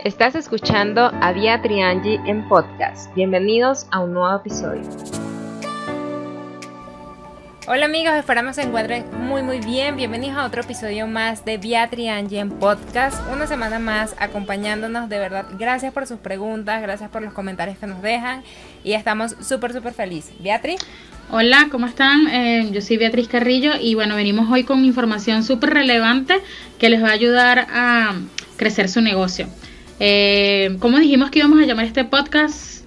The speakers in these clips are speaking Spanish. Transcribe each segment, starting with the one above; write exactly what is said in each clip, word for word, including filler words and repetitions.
Estás escuchando a Beatriz Angie en podcast. Bienvenidos a un nuevo episodio. Hola amigos, esperamos se encuentren muy muy bien. Bienvenidos a otro episodio más de Beatriz Angie en podcast. Una semana más acompañándonos, de verdad. Gracias por sus preguntas, gracias por los comentarios que nos dejan y estamos súper súper felices. Beatriz. Hola, ¿cómo están? Eh, yo soy Beatriz Carrillo y bueno, venimos hoy con información súper relevante que les va a ayudar a crecer su negocio. Eh, ¿Cómo dijimos que íbamos a llamar este podcast?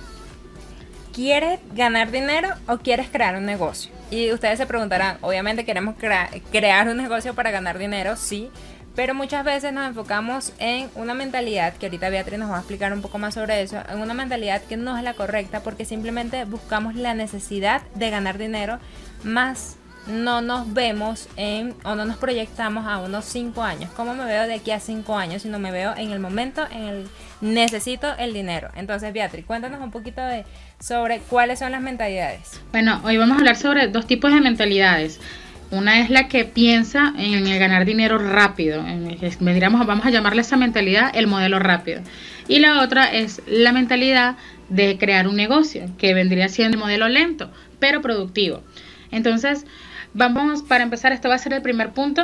¿Quieres ganar dinero o quieres crear un negocio? Y ustedes se preguntarán, obviamente queremos crea- crear un negocio para ganar dinero, sí, pero muchas veces nos enfocamos en una mentalidad, que ahorita Beatriz nos va a explicar un poco más sobre eso, en una mentalidad que no es la correcta porque simplemente buscamos la necesidad de ganar dinero, más no nos vemos en o no nos proyectamos a unos cinco años. ¿Cómo me veo de aquí a cinco años? Sino me veo en el momento en el necesito el dinero. Entonces, Beatriz, cuéntanos un poquito de sobre cuáles son las mentalidades. Bueno, hoy vamos a hablar sobre dos tipos de mentalidades. Una es la que piensa en el ganar dinero rápido. En, diríamos, vamos a llamarle esa mentalidad el modelo rápido. Y la otra es la mentalidad de crear un negocio, que vendría siendo el modelo lento, pero productivo. Entonces, vamos, para empezar, esto va a ser el primer punto,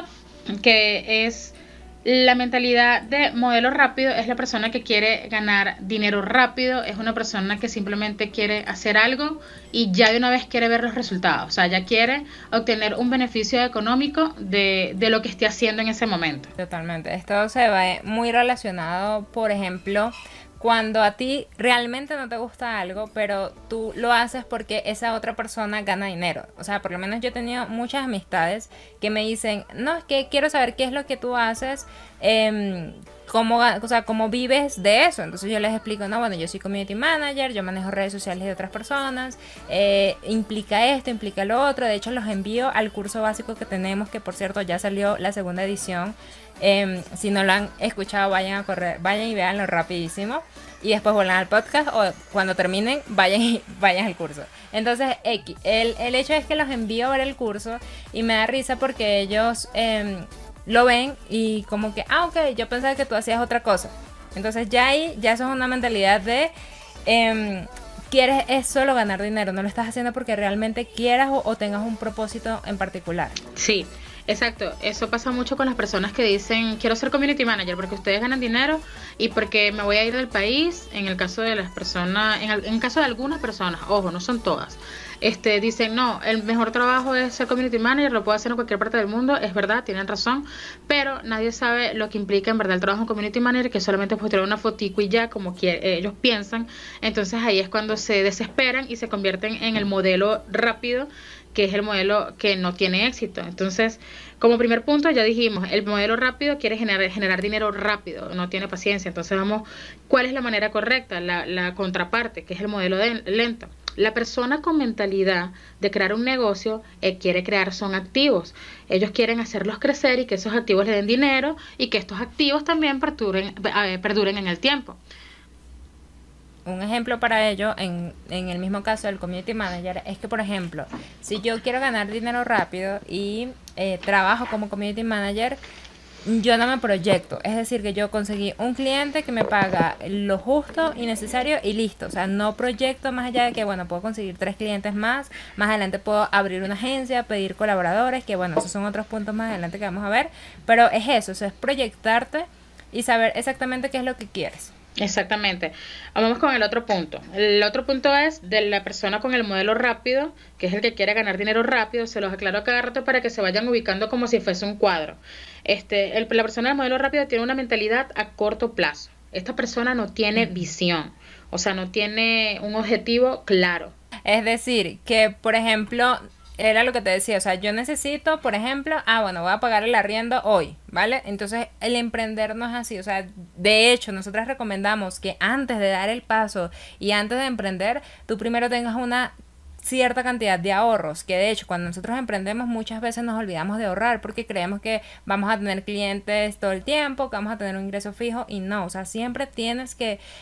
que es la mentalidad de modelo rápido. Es la persona que quiere ganar dinero rápido, es una persona que simplemente quiere hacer algo y ya de una vez quiere ver los resultados, o sea, ya quiere obtener un beneficio económico de, de lo que esté haciendo en ese momento. Totalmente, esto se va muy relacionado, por ejemplo, cuando a ti realmente no te gusta algo, pero tú lo haces porque esa otra persona gana dinero. O sea, por lo menos yo he tenido muchas amistades que me dicen, no, es que quiero saber qué es lo que tú haces, eh, cómo, o sea, cómo vives de eso. Entonces yo les explico, no, bueno, yo soy community manager, yo manejo redes sociales de otras personas, eh, implica esto, implica lo otro. De hecho, los envío al curso básico que tenemos, que por cierto ya salió la segunda edición. Eh, si no lo han escuchado, vayan a correr, vayan y véanlo rapidísimo y después vuelvan al podcast o cuando terminen vayan y vayan al curso. Entonces X, el, el hecho es que los envío a ver el curso y me da risa porque ellos eh, lo ven y como que, ah, ok, yo pensaba que tú hacías otra cosa. Entonces ya ahí, ya eso es una mentalidad de eh, quieres es solo ganar dinero, no lo estás haciendo porque realmente quieras o, o tengas un propósito en particular. Sí. Exacto, eso pasa mucho con las personas que dicen quiero ser community manager porque ustedes ganan dinero y porque me voy a ir del país. En el caso de las personas, en el, en el caso de algunas personas, ojo, no son todas, este dicen no, el mejor trabajo es ser community manager, lo puedo hacer en cualquier parte del mundo. Es verdad, tienen razón, pero nadie sabe lo que implica en verdad el trabajo en community manager, que solamente es postear una fotico y ya, como que eh, ellos piensan. Entonces ahí es cuando se desesperan y se convierten en el modelo rápido, que es el modelo que no tiene éxito. Entonces, como primer punto, ya dijimos, el modelo rápido quiere generar, generar dinero rápido, no tiene paciencia. Entonces vamos, ¿cuál es la manera correcta? La, la contraparte, que es el modelo de, lento. La persona con mentalidad de crear un negocio eh, quiere crear, son activos. Ellos quieren hacerlos crecer y que esos activos le den dinero y que estos activos también perduren, eh, perduren en el tiempo. Un ejemplo para ello, en, en el mismo caso del community manager, es que, por ejemplo, si yo quiero ganar dinero rápido y eh, trabajo como community manager, yo no me proyecto. Es decir, que yo conseguí un cliente que me paga lo justo y necesario y listo. O sea, no proyecto más allá de que, bueno, puedo conseguir tres clientes más. Más adelante puedo abrir una agencia, pedir colaboradores, que bueno, esos son otros puntos más adelante que vamos a ver. Pero es eso, o sea, es proyectarte y saber exactamente qué es lo que quieres. Exactamente. Vamos con el otro punto. El otro punto es de la persona con el modelo rápido, que es el que quiere ganar dinero rápido. Se los aclaro a cada rato para que se vayan ubicando como si fuese un cuadro. Este, el, la persona del modelo rápido tiene una mentalidad a corto plazo. Esta persona no tiene visión, o sea, no tiene un objetivo claro. Es decir, que por ejemplo, era lo que te decía, o sea, yo necesito, por ejemplo, ah, bueno, voy a pagar el arriendo hoy, ¿vale? Entonces, el emprender no es así, o sea, de hecho, nosotras recomendamos que antes de dar el paso y antes de emprender, tú primero tengas una cierta cantidad de ahorros, que de hecho, cuando nosotros emprendemos muchas veces nos olvidamos de ahorrar porque creemos que vamos a tener clientes todo el tiempo, que vamos a tener un ingreso fijo y no, o sea, siempre tienes que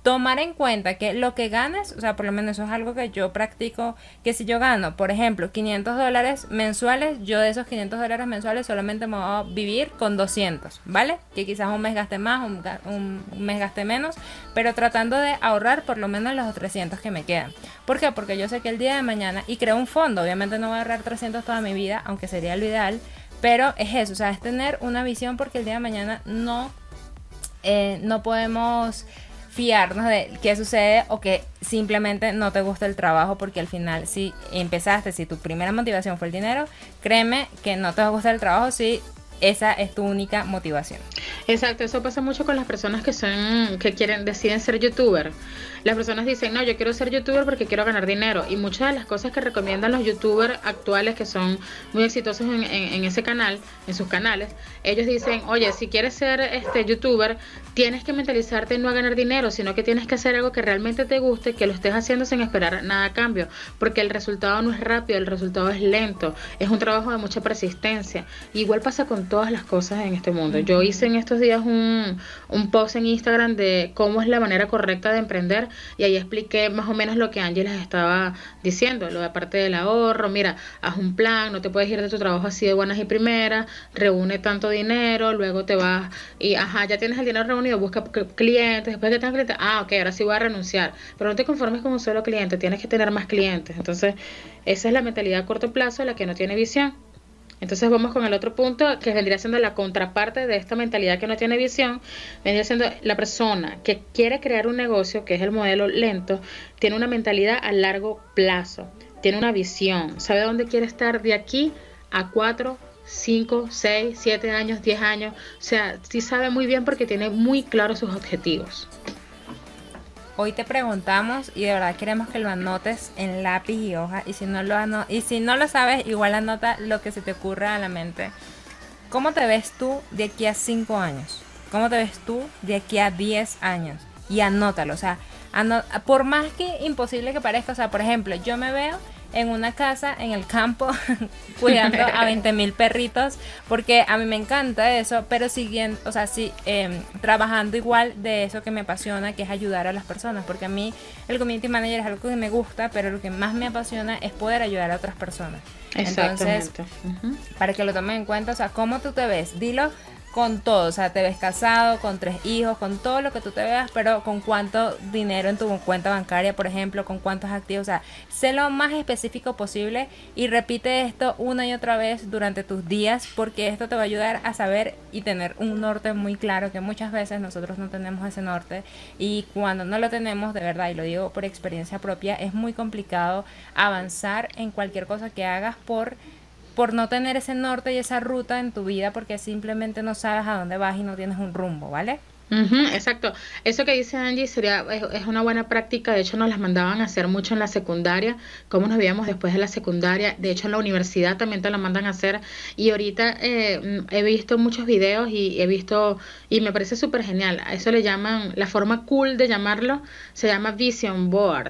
tomar en cuenta que lo que ganes, o sea, por lo menos eso es algo que yo practico, que si yo gano, por ejemplo, quinientos dólares mensuales, yo de esos quinientos dólares mensuales solamente me voy a vivir con doscientos, ¿vale? Que quizás un mes gaste más, un, un, un mes gaste menos, pero tratando de ahorrar por lo menos los trescientos que me quedan. ¿Por qué? Porque yo sé que el día de mañana, y creo un fondo, obviamente no voy a ahorrar trescientos toda mi vida, aunque sería lo ideal, pero es eso, o sea, es tener una visión porque el día de mañana no, eh, no podemos fiarnos de qué sucede o que simplemente no te gusta el trabajo, porque al final si empezaste, si tu primera motivación fue el dinero, créeme que no te va a gustar el trabajo si esa es tu única motivación. Exacto, eso pasa mucho con las personas que son, que quieren, deciden ser youtuber. Las personas dicen, no, yo quiero ser youtuber porque quiero ganar dinero. Y muchas de las cosas que recomiendan los youtubers actuales que son muy exitosos en, en, en ese canal, en sus canales, ellos dicen, oye, si quieres ser este youtuber, tienes que mentalizarte no a ganar dinero, sino que tienes que hacer algo que realmente te guste, que lo estés haciendo sin esperar nada a cambio, porque el resultado no es rápido, el resultado es lento, es un trabajo de mucha persistencia. Igual pasa con todas las cosas en este mundo. Yo hice en estos días un, un post en Instagram de cómo es la manera correcta de emprender, y ahí expliqué más o menos lo que Angie les estaba diciendo, lo de parte del ahorro. Mira, haz un plan, no te puedes ir de tu trabajo así de buenas y primeras, reúne tanto dinero, luego te vas y ajá, ya tienes el dinero reunido, busca clientes, después que tengas clientes, ah, ok, ahora sí voy a renunciar, pero no te conformes con un solo cliente, tienes que tener más clientes. Entonces esa es la mentalidad a corto plazo, la que no tiene visión. Entonces vamos con el otro punto, que vendría siendo la contraparte de esta mentalidad que no tiene visión. Vendría siendo la persona que quiere crear un negocio, que es el modelo lento, tiene una mentalidad a largo plazo, tiene una visión, sabe dónde quiere estar de aquí a cuatro, cinco, seis, siete años, diez años. O sea, sí sabe muy bien porque tiene muy claros sus objetivos. Hoy te preguntamos y de verdad queremos que lo anotes en lápiz y hoja, y si no lo ano- y si no lo sabes, igual anota lo que se te ocurra a la mente. ¿Cómo te ves tú de aquí a cinco años? ¿Cómo te ves tú de aquí a diez años? Y anótalo, o sea, ano- por más que imposible que parezca, o sea, por ejemplo, yo me veo en una casa en el campo cuidando a veinte mil perritos, porque a mí me encanta eso, pero siguiendo, o sea, sí, eh, trabajando igual de eso que me apasiona, que es ayudar a las personas, porque a mí el community manager es algo que me gusta, pero lo que más me apasiona es poder ayudar a otras personas. Entonces, uh-huh. para que lo tomen en cuenta, o sea, ¿cómo tú te ves? Dilo con todo, o sea, te ves casado, con tres hijos, con todo lo que tú te veas, pero con cuánto dinero en tu cuenta bancaria, por ejemplo, con cuántos activos, o sea, sé lo más específico posible y repite esto una y otra vez durante tus días, porque esto te va a ayudar a saber y tener un norte muy claro, que muchas veces nosotros no tenemos ese norte, y cuando no lo tenemos, de verdad, y lo digo por experiencia propia, es muy complicado avanzar en cualquier cosa que hagas por por no tener ese norte y esa ruta en tu vida, porque simplemente no sabes a dónde vas y no tienes un rumbo, ¿vale? Uh-huh, exacto. Eso que dice Angie sería es, es una buena práctica. De hecho, nos las mandaban a hacer mucho en la secundaria, cómo nos veíamos después de la secundaria. De hecho, en la universidad también te la mandan a hacer. Y ahorita eh, he visto muchos videos y he visto, y me parece súper genial. A eso le llaman, la forma cool de llamarlo, se llama Vision Board.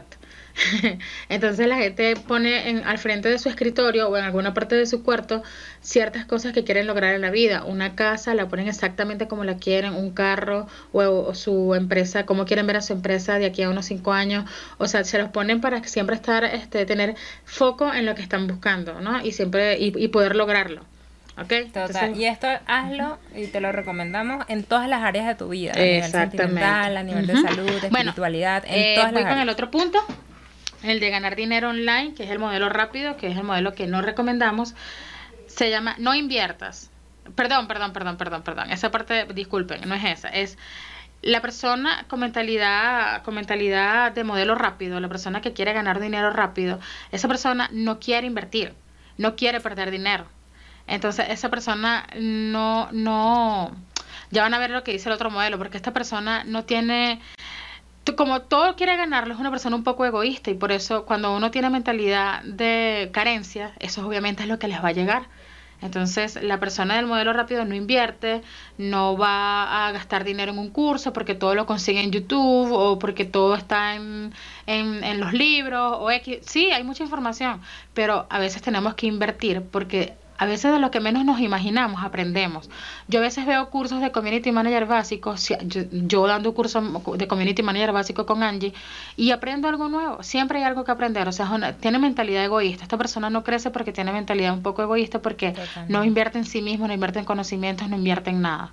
Entonces la gente pone en, al frente de su escritorio o en alguna parte de su cuarto ciertas cosas que quieren lograr en la vida. Una casa la ponen exactamente como la quieren, un carro o, o su empresa, como quieren ver a su empresa de aquí a unos cinco años. O sea, se los ponen para siempre estar, este, tener foco en lo que están buscando, ¿no? Y siempre y, y poder lograrlo. Okay, Total. Entonces, y esto hazlo y te lo recomendamos en todas las áreas de tu vida, a nivel sentimental, a nivel uh-huh. de salud, de bueno, espiritualidad, en eh, todas voy las con áreas. el otro punto. El de ganar dinero online, que es el modelo rápido, que es el modelo que no recomendamos, se llama no inviertas. Perdón, perdón, perdón, perdón, perdón. Esa parte, disculpen, no es esa. Es la persona con mentalidad, con mentalidad de modelo rápido, la persona que quiere ganar dinero rápido, esa persona no quiere invertir, no quiere perder dinero. Entonces, esa persona no, no, ya van a ver lo que dice el otro modelo, porque esta persona no tiene... Como todo quiere ganarlo, es una persona un poco egoísta, y por eso cuando uno tiene mentalidad de carencia, eso obviamente es lo que les va a llegar. Entonces la persona del modelo rápido no invierte, no va a gastar dinero en un curso porque todo lo consigue en YouTube o porque todo está en, en, en los libros o X. Sí, hay mucha información, pero a veces tenemos que invertir porque A veces de lo que menos nos imaginamos aprendemos. Yo a veces veo cursos de Community Manager básicos, si- yo, yo dando cursos de Community Manager básico con Angie, y aprendo algo nuevo. Siempre hay algo que aprender. O sea, es una- tiene mentalidad egoísta. Esta persona no crece porque tiene mentalidad un poco egoísta, porque no Totalmente. invierte en sí mismo, no invierte en conocimientos, no invierte en nada.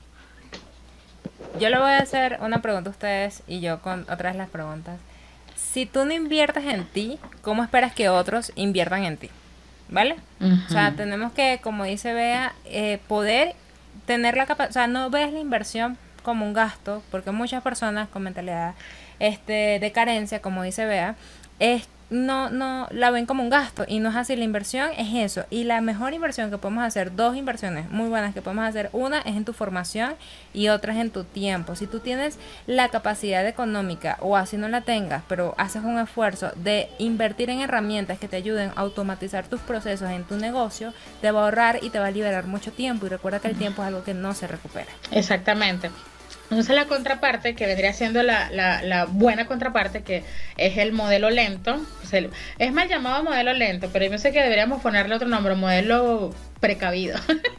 Yo le voy a hacer una pregunta a ustedes y yo con otras las preguntas. Si tú no inviertes en ti, ¿cómo esperas que otros inviertan en ti? ¿Vale? O sea, Ujú. tenemos que, como dice Bea, eh, poder tener la capacidad, o sea, no ves la inversión como un gasto, porque muchas personas con mentalidad este, de carencia, como dice Bea, es, no, no la ven como un gasto y no es así. La inversión es eso. Y la mejor inversión que podemos hacer, dos inversiones muy buenas que podemos hacer, una es en tu formación y otra es en tu tiempo. Si tú tienes la capacidad económica o así no la tengas, pero haces un esfuerzo de invertir en herramientas que te ayuden a automatizar tus procesos en tu negocio, te va a ahorrar y te va a liberar mucho tiempo. Y recuerda que el tiempo es algo que no se recupera. Exactamente. Entonces la contraparte, que vendría siendo la, la, la buena contraparte, que es el modelo lento, es, el- es mal llamado modelo lento, pero yo sé que deberíamos ponerle otro nombre, modelo precavido,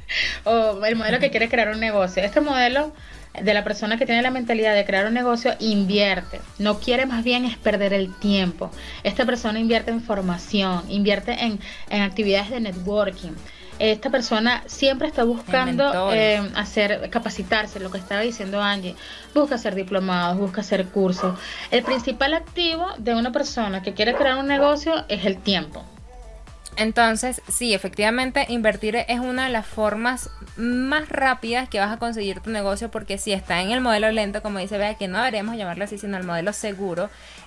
o el modelo que quiere crear un negocio. Este modelo de la persona que tiene la mentalidad de crear un negocio invierte, no quiere más bien es perder el tiempo. Esta persona invierte en formación, invierte en, en actividades de networking. Esta persona siempre está En buscando mentores. eh, hacer, capacitarse, lo que estaba diciendo Angie, busca hacer diplomados, busca hacer cursos. El principal activo de una persona que quiere crear un negocio es el tiempo. Entonces, sí, efectivamente, invertir es una de las formas más rápidas que vas a conseguir tu negocio, porque si está en el modelo lento, como dice Bea, que no deberíamos llamarlo así, sino el modelo seguro,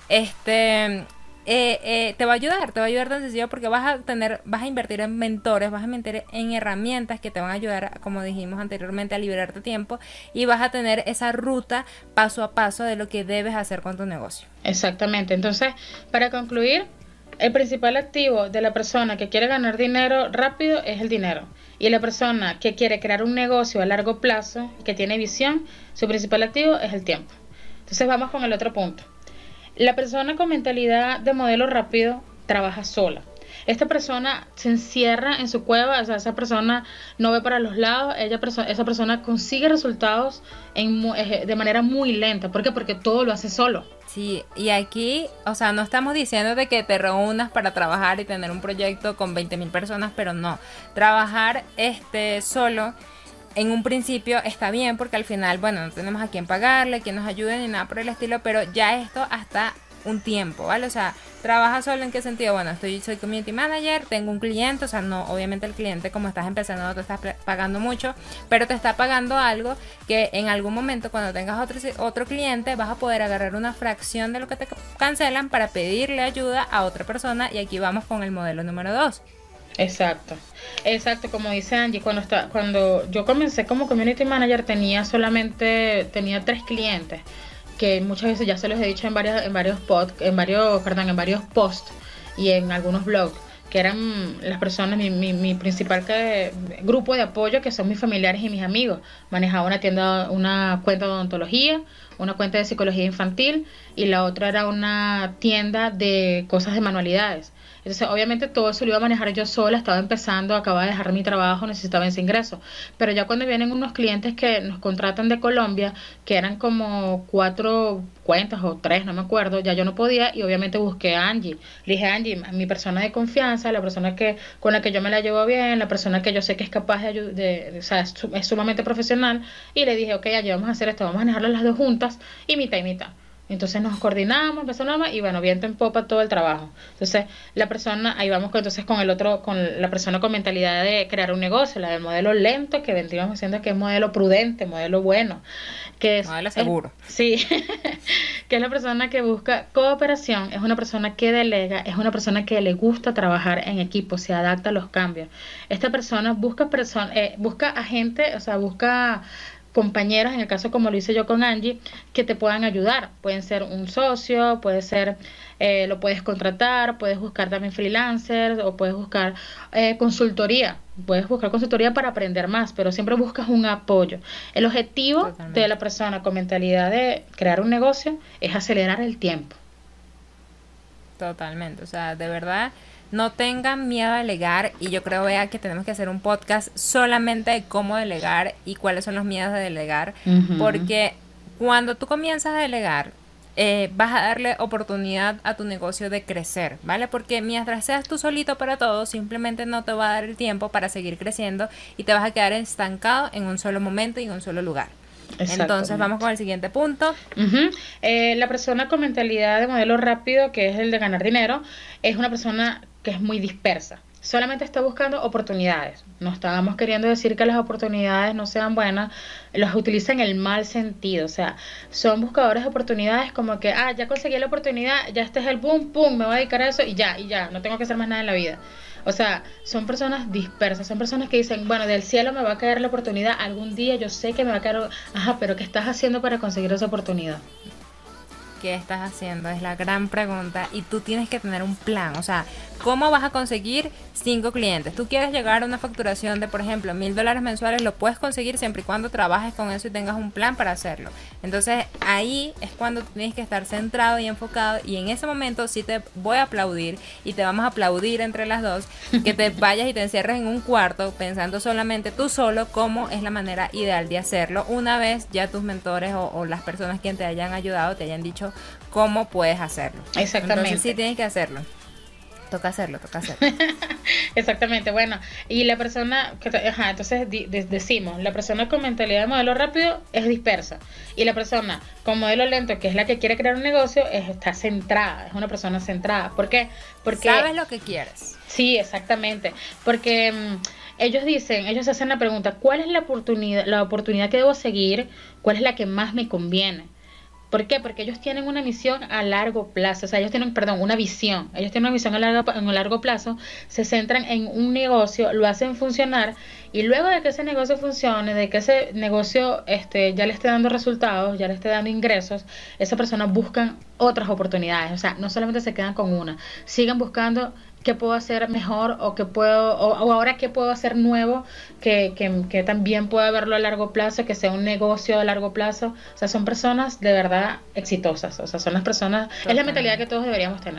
este, eh, eh, te va a ayudar, te va a ayudar tan sencillo porque vas a tener, vas a invertir en mentores, vas a invertir en herramientas que te van a ayudar, como dijimos anteriormente, a liberarte tiempo y vas a tener esa ruta paso a paso de lo que debes hacer con tu negocio. Exactamente. Entonces, para concluir, el principal activo de la persona que quiere ganar dinero rápido es el dinero. Y la persona que quiere crear un negocio a largo plazo, que tiene visión, su principal activo es el tiempo. Entonces vamos con el otro punto. La persona con mentalidad de modelo rápido trabaja sola. Esta persona se encierra en su cueva, o sea, esa persona no ve para los lados, ella, esa persona consigue resultados en, de manera muy lenta. ¿Por qué? Porque todo lo hace solo. Sí, y aquí, o sea, no estamos diciendo de que te reúnas para trabajar y tener un proyecto con veinte mil personas, pero no. Trabajar este solo en un principio está bien porque al final, bueno, no tenemos a quién pagarle, quién nos ayude ni nada por el estilo, pero ya esto hasta un tiempo, ¿vale? O sea, trabaja solo en qué sentido, bueno, estoy soy community manager, tengo un cliente, o sea, no, obviamente el cliente como estás empezando no te está pagando mucho, pero te está pagando algo que en algún momento cuando tengas otro, otro cliente vas a poder agarrar una fracción de lo que te cancelan para pedirle ayuda a otra persona y aquí vamos con el modelo número dos. Exacto, exacto, como dice Angie, cuando está, cuando yo comencé como community manager tenía solamente, tenía tres clientes, que muchas veces ya se los he dicho en varios, en varios pod, en varios, perdón, en varios posts y en algunos blogs, que eran las personas, mi, mi, mi principal que, grupo de apoyo, que son mis familiares y mis amigos. Manejaba una tienda, una cuenta de odontología, una cuenta de psicología infantil y la otra era una tienda de cosas de manualidades. Entonces, obviamente todo eso lo iba a manejar yo sola, estaba empezando, acababa de dejar mi trabajo, necesitaba ese ingreso. Pero ya cuando vienen unos clientes que nos contratan de Colombia, que eran como cuatro cuentas o tres, no me acuerdo, ya yo no podía y obviamente busqué a Angie. Le dije, Angie, mi persona de confianza, la persona que con la que yo me la llevo bien, la persona que yo sé que es capaz de ayudar, de, de, o sea, es, es sumamente profesional, y le dije, ok, Angie, vamos a hacer esto, vamos a manejarlo las dos juntas y mitad y mitad. Entonces nos coordinamos, empezamos y bueno, viento en popa todo el trabajo. Entonces la persona, ahí vamos con, entonces con el otro, con la persona con mentalidad de crear un negocio, la del modelo lento, que vendríamos diciendo que es modelo prudente, modelo bueno, que es... Modelo seguro. Es, sí, que es la persona que busca cooperación, es una persona que delega, es una persona que le gusta trabajar en equipo, se adapta a los cambios. Esta persona busca, person eh, busca a gente, o sea, busca... compañeros, en el caso como lo hice yo con Angie, que te puedan ayudar. Pueden ser un socio, puede ser, eh, lo puedes contratar, puedes buscar también freelancers o puedes buscar eh, consultoría. Puedes buscar consultoría para aprender más, pero siempre buscas un apoyo. El objetivo Totalmente. de la persona con mentalidad de crear un negocio es acelerar el tiempo. Totalmente, o sea, de verdad, no tengan miedo a delegar, y yo creo, Bea, que tenemos que hacer un podcast solamente de cómo delegar y cuáles son los miedos de delegar, Ujú. porque cuando tú comienzas a delegar, eh, vas a darle oportunidad a tu negocio de crecer, ¿vale? Porque mientras seas tú solito para todo, simplemente no te va a dar el tiempo para seguir creciendo y te vas a quedar estancado en un solo momento y en un solo lugar. Entonces Exactamente. vamos con el siguiente punto. Ujú. Eh, la persona con mentalidad de modelo rápido, que es el de ganar dinero, es una persona que es muy dispersa. Solamente está buscando oportunidades. No estábamos queriendo decir que las oportunidades no sean buenas, las utiliza en el mal sentido. O sea, son buscadores de oportunidades como que, ah, ya conseguí la oportunidad, ya este es el boom, pum, me voy a dedicar a eso y ya, y ya, no tengo que hacer más nada en la vida. O sea, son personas dispersas, son personas que dicen, bueno, del cielo me va a caer la oportunidad, algún día yo sé que me va a caer, ajá, pero ¿qué estás haciendo para conseguir esa oportunidad? ¿Qué estás haciendo? Es la gran pregunta, y tú tienes que tener un plan. O sea, ¿cómo vas a conseguir cinco clientes? Tú quieres llegar a una facturación de, por ejemplo, mil dólares mensuales, lo puedes conseguir siempre y cuando trabajes con eso y tengas un plan para hacerlo. Entonces ahí es cuando tienes que estar centrado y enfocado, y en ese momento sí te voy a aplaudir y te vamos a aplaudir entre las dos, que te vayas y te encierres en un cuarto pensando solamente tú solo cómo es la manera ideal de hacerlo, una vez ya tus mentores o, o las personas que te hayan ayudado te hayan dicho cómo puedes hacerlo. Exactamente. Entonces sí tienes que hacerlo. Toca hacerlo, toca hacerlo. Exactamente, bueno, y la persona, que, ajá, entonces di, de, decimos, la persona con mentalidad de modelo rápido es dispersa, y la persona con modelo lento, que es la que quiere crear un negocio, es, está centrada, es una persona centrada. ¿Por qué? Porque sabes lo que quieres. Sí, exactamente, porque mmm, ellos dicen, ellos hacen la pregunta, ¿cuál es la oportunidad, la oportunidad que debo seguir? ¿Cuál es la que más me conviene? ¿Por qué? Porque ellos tienen una misión a largo plazo, o sea, ellos tienen, perdón, una visión, ellos tienen una visión a largo, a largo plazo, se centran en un negocio, lo hacen funcionar, y luego de que ese negocio funcione, de que ese negocio este, ya le esté dando resultados, ya le esté dando ingresos, esa persona buscan otras oportunidades, o sea, no solamente se quedan con una, siguen buscando qué puedo hacer mejor, o qué puedo, o, o ahora qué puedo hacer nuevo, que, que, que también pueda verlo a largo plazo, que sea un negocio a largo plazo. O sea, son personas de verdad exitosas, o sea, son las personas, Totalmente. Es la mentalidad que todos deberíamos tener.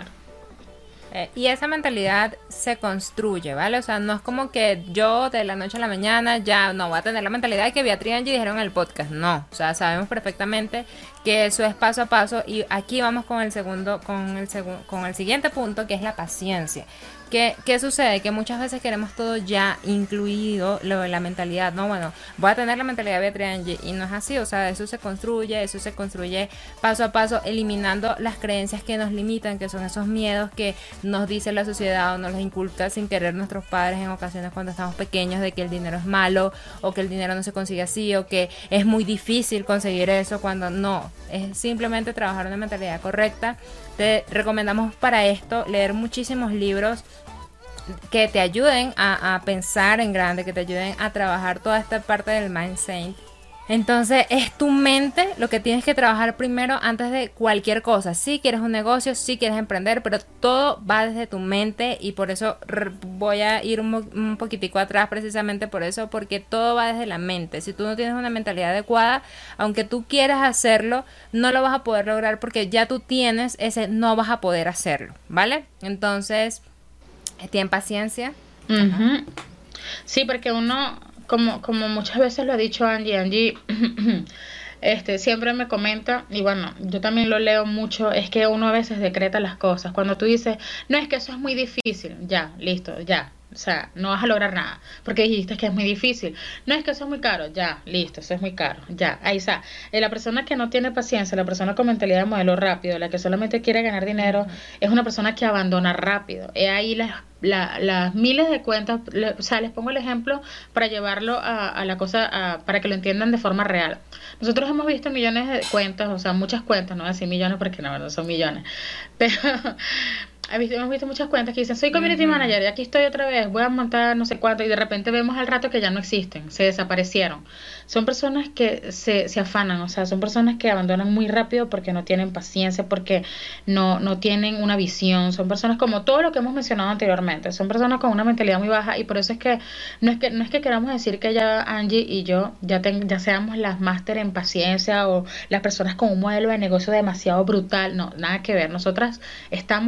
Eh, y esa mentalidad se construye, ¿vale? O sea, no es como que yo de la noche a la mañana ya no voy a tener la mentalidad de que Beatriz y Angie dijeron en el podcast. No, o sea, sabemos perfectamente que eso es paso a paso, y aquí vamos con el segundo, con el segundo, con el siguiente punto, que es la paciencia. ¿Qué, ¿Qué sucede? Que muchas veces queremos todo ya incluido, lo de la mentalidad, no, bueno, voy a tener la mentalidad de Beatriz Angie, y no es así. O sea, eso se construye, eso se construye paso a paso, eliminando las creencias que nos limitan, que son esos miedos que nos dice la sociedad o nos los inculca sin querer nuestros padres en ocasiones cuando estamos pequeños, de que el dinero es malo, o que el dinero no se consigue así, o que es muy difícil conseguir eso, cuando no, es simplemente trabajar una mentalidad correcta. Te recomendamos para esto leer muchísimos libros que te ayuden a, a pensar en grande, que te ayuden a trabajar toda esta parte del mindset. Entonces es tu mente lo que tienes que trabajar primero antes de cualquier cosa. Si quieres un negocio, si quieres emprender, pero todo va desde tu mente, y por eso voy a ir un, un poquitico atrás, precisamente por eso, porque todo va desde la mente. Si tú no tienes una mentalidad adecuada, aunque tú quieras hacerlo, no lo vas a poder lograr, porque ya tú tienes ese no vas a poder hacerlo, ¿vale? Entonces, ten paciencia. Uh-huh. Sí, porque uno... Como, como muchas veces lo ha dicho Angie, Angie este, siempre me comenta, y bueno, yo también lo leo mucho, es que uno a veces decreta las cosas. Cuando tú dices, no, es que eso es muy difícil, ya, listo, ya. O sea, no vas a lograr nada, porque dijiste que es muy difícil. No, es que eso es muy caro, ya, listo, eso es muy caro, ya, ahí está. Eh, la persona que no tiene paciencia, la persona con mentalidad de modelo rápido, la que solamente quiere ganar dinero, uh-huh. es una persona que abandona rápido. Es ahí las, la, las miles de cuentas, le, o sea, les pongo el ejemplo para llevarlo a, a la cosa, a, para que lo entiendan de forma real. Nosotros hemos visto millones de cuentas, o sea, muchas cuentas, no voy a decir millones porque no, no son millones, pero... hemos visto muchas cuentas que dicen, soy community uh-huh. manager, y aquí estoy otra vez, voy a montar no sé cuánto, y de repente vemos al rato que ya no existen, se desaparecieron. Son personas que se, se afanan, o sea, son personas que abandonan muy rápido porque no tienen paciencia, porque no, no tienen una visión. Son personas como todo lo que hemos mencionado anteriormente, son personas con una mentalidad muy baja, y por eso es que no es que, no es que queramos decir que ya Angie y yo ya, ten, ya seamos las máster en paciencia, o las personas con un modelo de negocio demasiado brutal. No, nada que ver. Nosotras estamos en proceso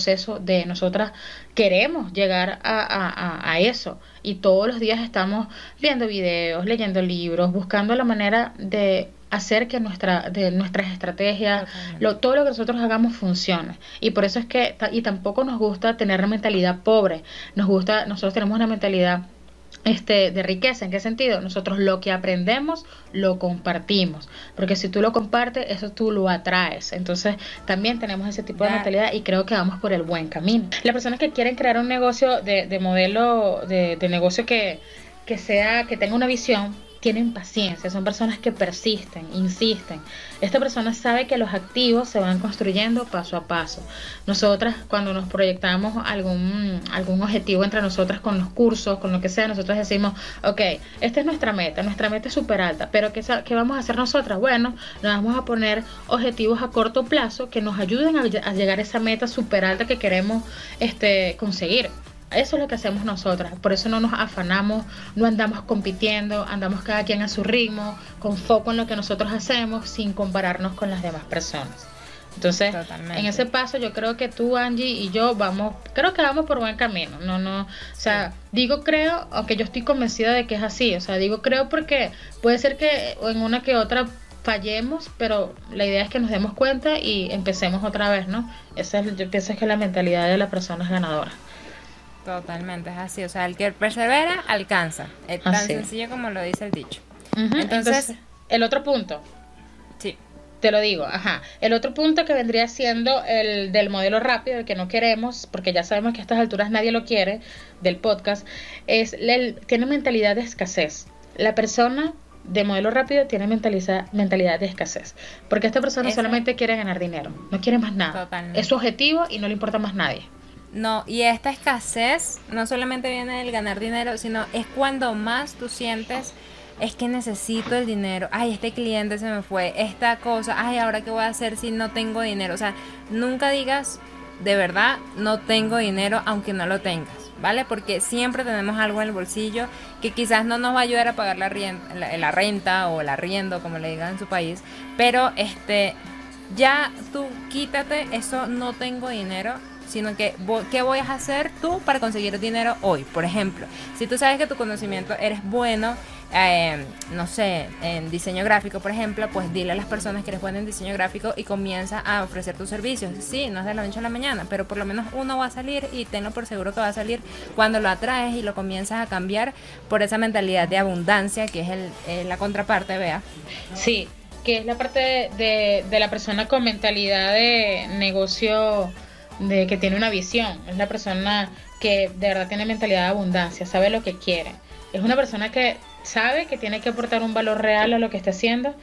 proceso de nosotras queremos llegar a, a, a, a eso y todos los días estamos viendo videos, leyendo libros, buscando la manera de hacer que nuestra de nuestras estrategias, lo, todo lo que nosotros hagamos funcione. Y por eso es que, y tampoco nos gusta tener una mentalidad pobre, nos gusta, nosotros tenemos una mentalidad este de riqueza. ¿En qué sentido? Nosotros lo que aprendemos lo compartimos, porque si tú lo compartes, eso tú lo atraes. Entonces también tenemos ese tipo de mentalidad y creo que vamos por el buen camino. Las personas que quieren crear un negocio de, de modelo de, de negocio que, que sea, que tenga una visión, tienen paciencia, son personas que persisten, insisten. Esta persona sabe que los activos se van construyendo paso a paso. Nosotras, cuando nos proyectamos algún, algún objetivo entre nosotras con los cursos, con lo que sea, nosotros decimos, ok, esta es nuestra meta, nuestra meta es súper alta, pero ¿qué, ¿qué vamos a hacer nosotras? Bueno, nos vamos a poner objetivos a corto plazo que nos ayuden a, a llegar a esa meta súper alta que queremos este, conseguir. Eso es lo que hacemos nosotras, por eso no nos afanamos, no andamos compitiendo, andamos cada quien a su ritmo, con foco en lo que nosotros hacemos, sin compararnos con las demás personas. Entonces, totalmente. En ese paso yo creo que tú, Angie, y yo vamos, creo que vamos por buen camino. No, no, o sea, sí. digo creo, aunque yo estoy convencida de que es así, o sea, digo creo porque puede ser que en una que otra fallemos, pero la idea es que nos demos cuenta y empecemos otra vez, ¿no? Esa es, yo pienso que es la mentalidad de las personas ganadoras. Totalmente, es así, o sea, el que persevera, alcanza, es tan así. Sencillo como lo dice el dicho. Uh-huh. Entonces, Entonces, el otro punto, sí, te lo digo, ajá, el otro punto que vendría siendo el del modelo rápido, el que no queremos, porque ya sabemos que a estas alturas nadie lo quiere, del podcast, es, el, tiene mentalidad de escasez. La persona de modelo rápido tiene mentaliza, mentalidad de escasez, porque esta persona Eso. solamente quiere ganar dinero, no quiere más nada. Totalmente. Es su objetivo y no le importa más nadie. No, y esta escasez no solamente viene del ganar dinero, sino es cuando más tú sientes, es que necesito el dinero, ay, este cliente se me fue, esta cosa, ay, ahora qué voy a hacer si no tengo dinero. O sea, nunca digas de verdad no tengo dinero aunque no lo tengas, ¿vale? Porque siempre tenemos algo en el bolsillo que quizás no nos va a ayudar a pagar la, renta, la, la renta o el arriendo, como le digan en su país, pero este ya tú quítate eso, no tengo dinero, sino que ¿qué voy a hacer tú para conseguir dinero hoy? Por ejemplo, si tú sabes que tu conocimiento eres bueno, eh, no sé, en diseño gráfico, por ejemplo, pues dile a las personas que eres bueno en diseño gráfico y comienza a ofrecer tus servicios. Sí, no es de la noche a la mañana, pero por lo menos uno va a salir y tenlo por seguro que va a salir cuando lo atraes y lo comienzas a cambiar por esa mentalidad de abundancia que es el, eh, la contraparte, Bea. Sí, que es la parte de, de, de la persona con mentalidad de negocio, de que tiene una visión, es la persona que de verdad tiene mentalidad de abundancia, sabe lo que quiere, es una persona que sabe que tiene que aportar un valor real a lo que está haciendo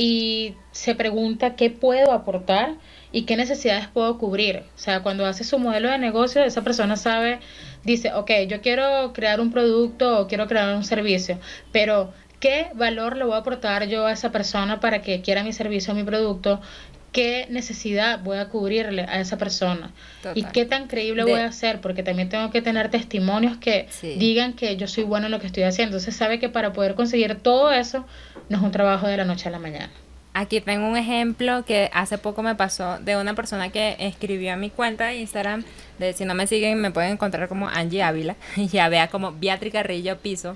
y se pregunta qué puedo aportar y qué necesidades puedo cubrir. O sea, cuando hace su modelo de negocio, esa persona sabe, dice, ok, yo quiero crear un producto o quiero crear un servicio, pero ¿qué valor le voy a aportar yo a esa persona para que quiera mi servicio o mi producto? ¿Qué necesidad voy a cubrirle a esa persona? Total. ¿Y qué tan creíble de... voy a hacer? Porque también tengo que tener testimonios que sí. digan que yo soy bueno en lo que estoy haciendo. Entonces sabe que para poder conseguir todo eso no es un trabajo de la noche a la mañana. Aquí tengo un ejemplo que hace poco me pasó de una persona que escribió a mi cuenta de Instagram. De, si no me siguen me pueden encontrar como Angie Ávila. Ya vea como Beatriz Carrillo Piso.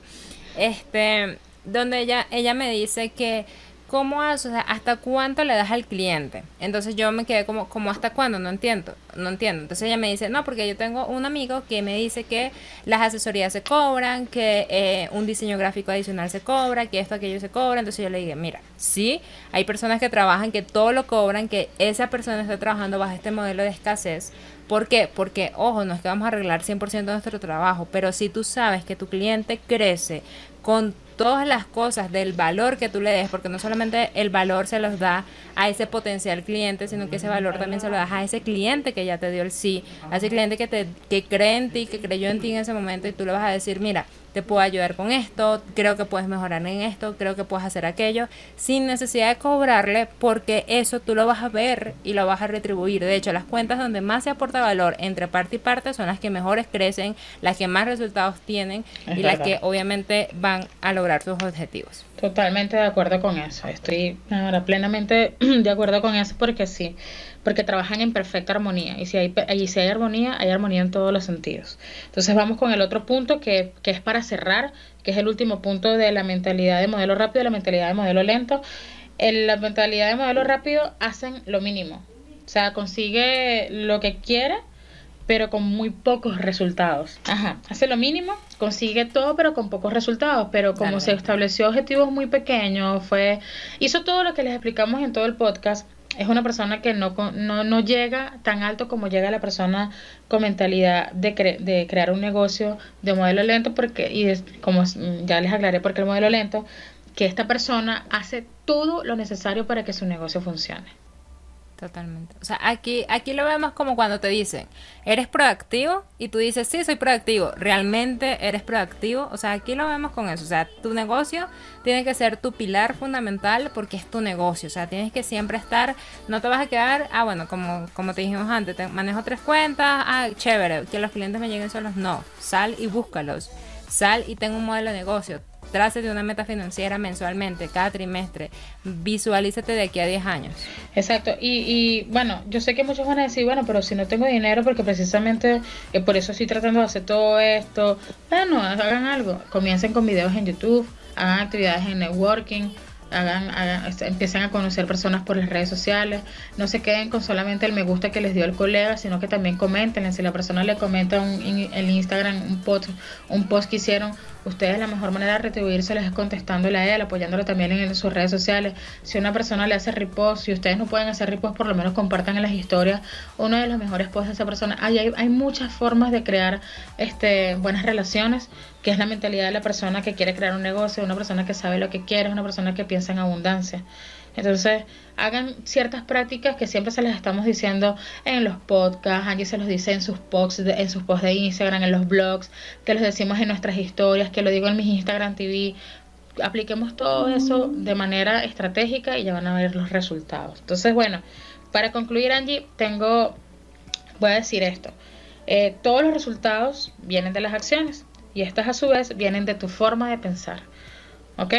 Este, donde ella, ella me dice que ¿cómo haces? O sea, ¿hasta cuánto le das al cliente? Entonces yo me quedé como, como ¿hasta cuándo? No entiendo, no entiendo. Entonces ella me dice, no, porque yo tengo un amigo que me dice que las asesorías se cobran, que eh, un diseño gráfico adicional se cobra, que esto, aquello se cobra. Entonces yo le dije, mira, sí, hay personas que trabajan, que todo lo cobran, que esa persona está trabajando bajo este modelo de escasez. ¿Por qué? Porque, ojo, no es que vamos a arreglar cien por ciento de nuestro trabajo, pero si tú sabes que tu cliente crece con todas las cosas del valor que tú le des, porque no solamente el valor se los da a ese potencial cliente, sino que ese valor también se lo das a ese cliente que ya te dio el sí, a ese cliente que te que cree en ti, que creyó en ti en ese momento y tú le vas a decir, mira, te puedo ayudar con esto, creo que puedes mejorar en esto, creo que puedes hacer aquello, sin necesidad de cobrarle, porque eso tú lo vas a ver y lo vas a retribuir. De hecho, las cuentas donde más se aporta valor entre parte y parte son las que mejores crecen, las que más resultados tienen es y verdad. Las que obviamente van a lograr sus objetivos. Totalmente de acuerdo con eso. Estoy ahora plenamente de acuerdo con eso porque sí, porque trabajan en perfecta armonía y si hay, pe- y si hay armonía, hay armonía en todos los sentidos. Entonces vamos con el otro punto que, que es para cerrar, que es el último punto de la mentalidad de modelo rápido y la mentalidad de modelo lento. En la mentalidad de modelo rápido hacen lo mínimo, o sea, consigue lo que quiere pero con muy pocos resultados. Ajá, hace lo mínimo, consigue todo, pero con pocos resultados. Pero como se Totalmente. estableció objetivos muy pequeños, fue, hizo todo lo que les explicamos en todo el podcast. Es una persona que no, con- no, no llega tan alto como llega la persona con mentalidad de, cre- de crear un negocio de modelo lento, porque, y es- como es- ya les aclaré por qué el modelo lento, que esta persona hace todo lo necesario para que su negocio funcione. Totalmente. O sea, aquí, aquí lo vemos como cuando te dicen, ¿eres proactivo? Y tú dices, sí, soy proactivo. ¿Realmente eres proactivo? O sea, aquí lo vemos con eso. O sea, tu negocio tiene que ser tu pilar fundamental porque es tu negocio. O sea, tienes que siempre estar, no te vas a quedar, ah, bueno, como, como te dijimos antes, te manejo tres cuentas, ah, chévere, que los clientes me lleguen solos. No, sal y búscalos. Sal y ten un modelo de negocio. Trácete una meta financiera mensualmente, cada trimestre. Visualízate de aquí a diez años. Exacto, y, y bueno, yo sé que muchos van a decir, bueno, pero si no tengo dinero, porque precisamente eh, por eso estoy tratando de hacer todo esto, bueno, hagan algo, comiencen con videos en YouTube, hagan actividades en networking, hagan, hagan este, empiecen a conocer personas por las redes sociales, no se queden con solamente el me gusta que les dio el colega, sino que también comenten, si la persona le comenta un, en el Instagram un post, un post que hicieron, ustedes la mejor manera de retribuírseles es contestándole a él, apoyándolo también en sus redes sociales. Si una persona le hace repost, si ustedes no pueden hacer repost, por lo menos compartan en las historias uno de los mejores posts de esa persona. Ay, hay, hay muchas formas de crear este, buenas relaciones, que es la mentalidad de la persona que quiere crear un negocio, una persona que sabe lo que quiere, una persona que piensa en abundancia. Entonces, hagan ciertas prácticas que siempre se les estamos diciendo en los podcasts, Angie se los dice en sus posts, de, en sus posts de Instagram, en los blogs, que los decimos en nuestras historias, que lo digo en mis Instagram T V. Apliquemos todo eso de manera estratégica y ya van a ver los resultados. Entonces, bueno, para concluir, Angie, tengo, voy a decir esto. Eh, todos los resultados vienen de las acciones y estas a su vez vienen de tu forma de pensar. ¿Ok?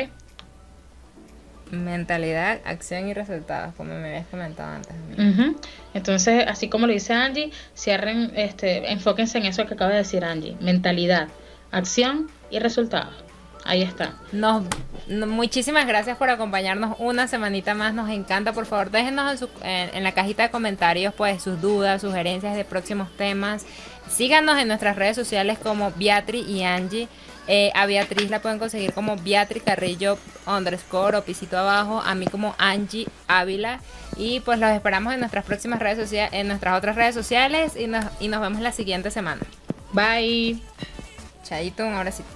Mentalidad, acción y resultados, como me habías comentado antes. Uh-huh. Entonces, así como lo dice Angie, cierren, este, enfóquense en eso que acaba de decir Angie: mentalidad, acción y resultados. Ahí está. Nos, no, muchísimas gracias por acompañarnos una semanita más. Nos encanta. Por favor, déjenos en, su, en, en la cajita de comentarios pues sus dudas, sugerencias de próximos temas. Síganos en nuestras redes sociales como Beatriz y Angie. Eh, a Beatriz la pueden conseguir como Beatriz Carrillo underscore o pisito abajo, a mí como Angie Ávila, y pues los esperamos en nuestras próximas redes sociales, en nuestras otras redes sociales, y nos, y nos vemos la siguiente semana. Bye. Chaito, un abracito.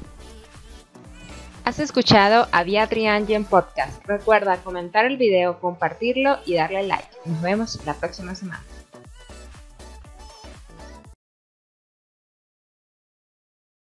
Has escuchado a Beatriz y Angie en podcast. Recuerda comentar el video, compartirlo y darle like. Nos vemos la próxima semana.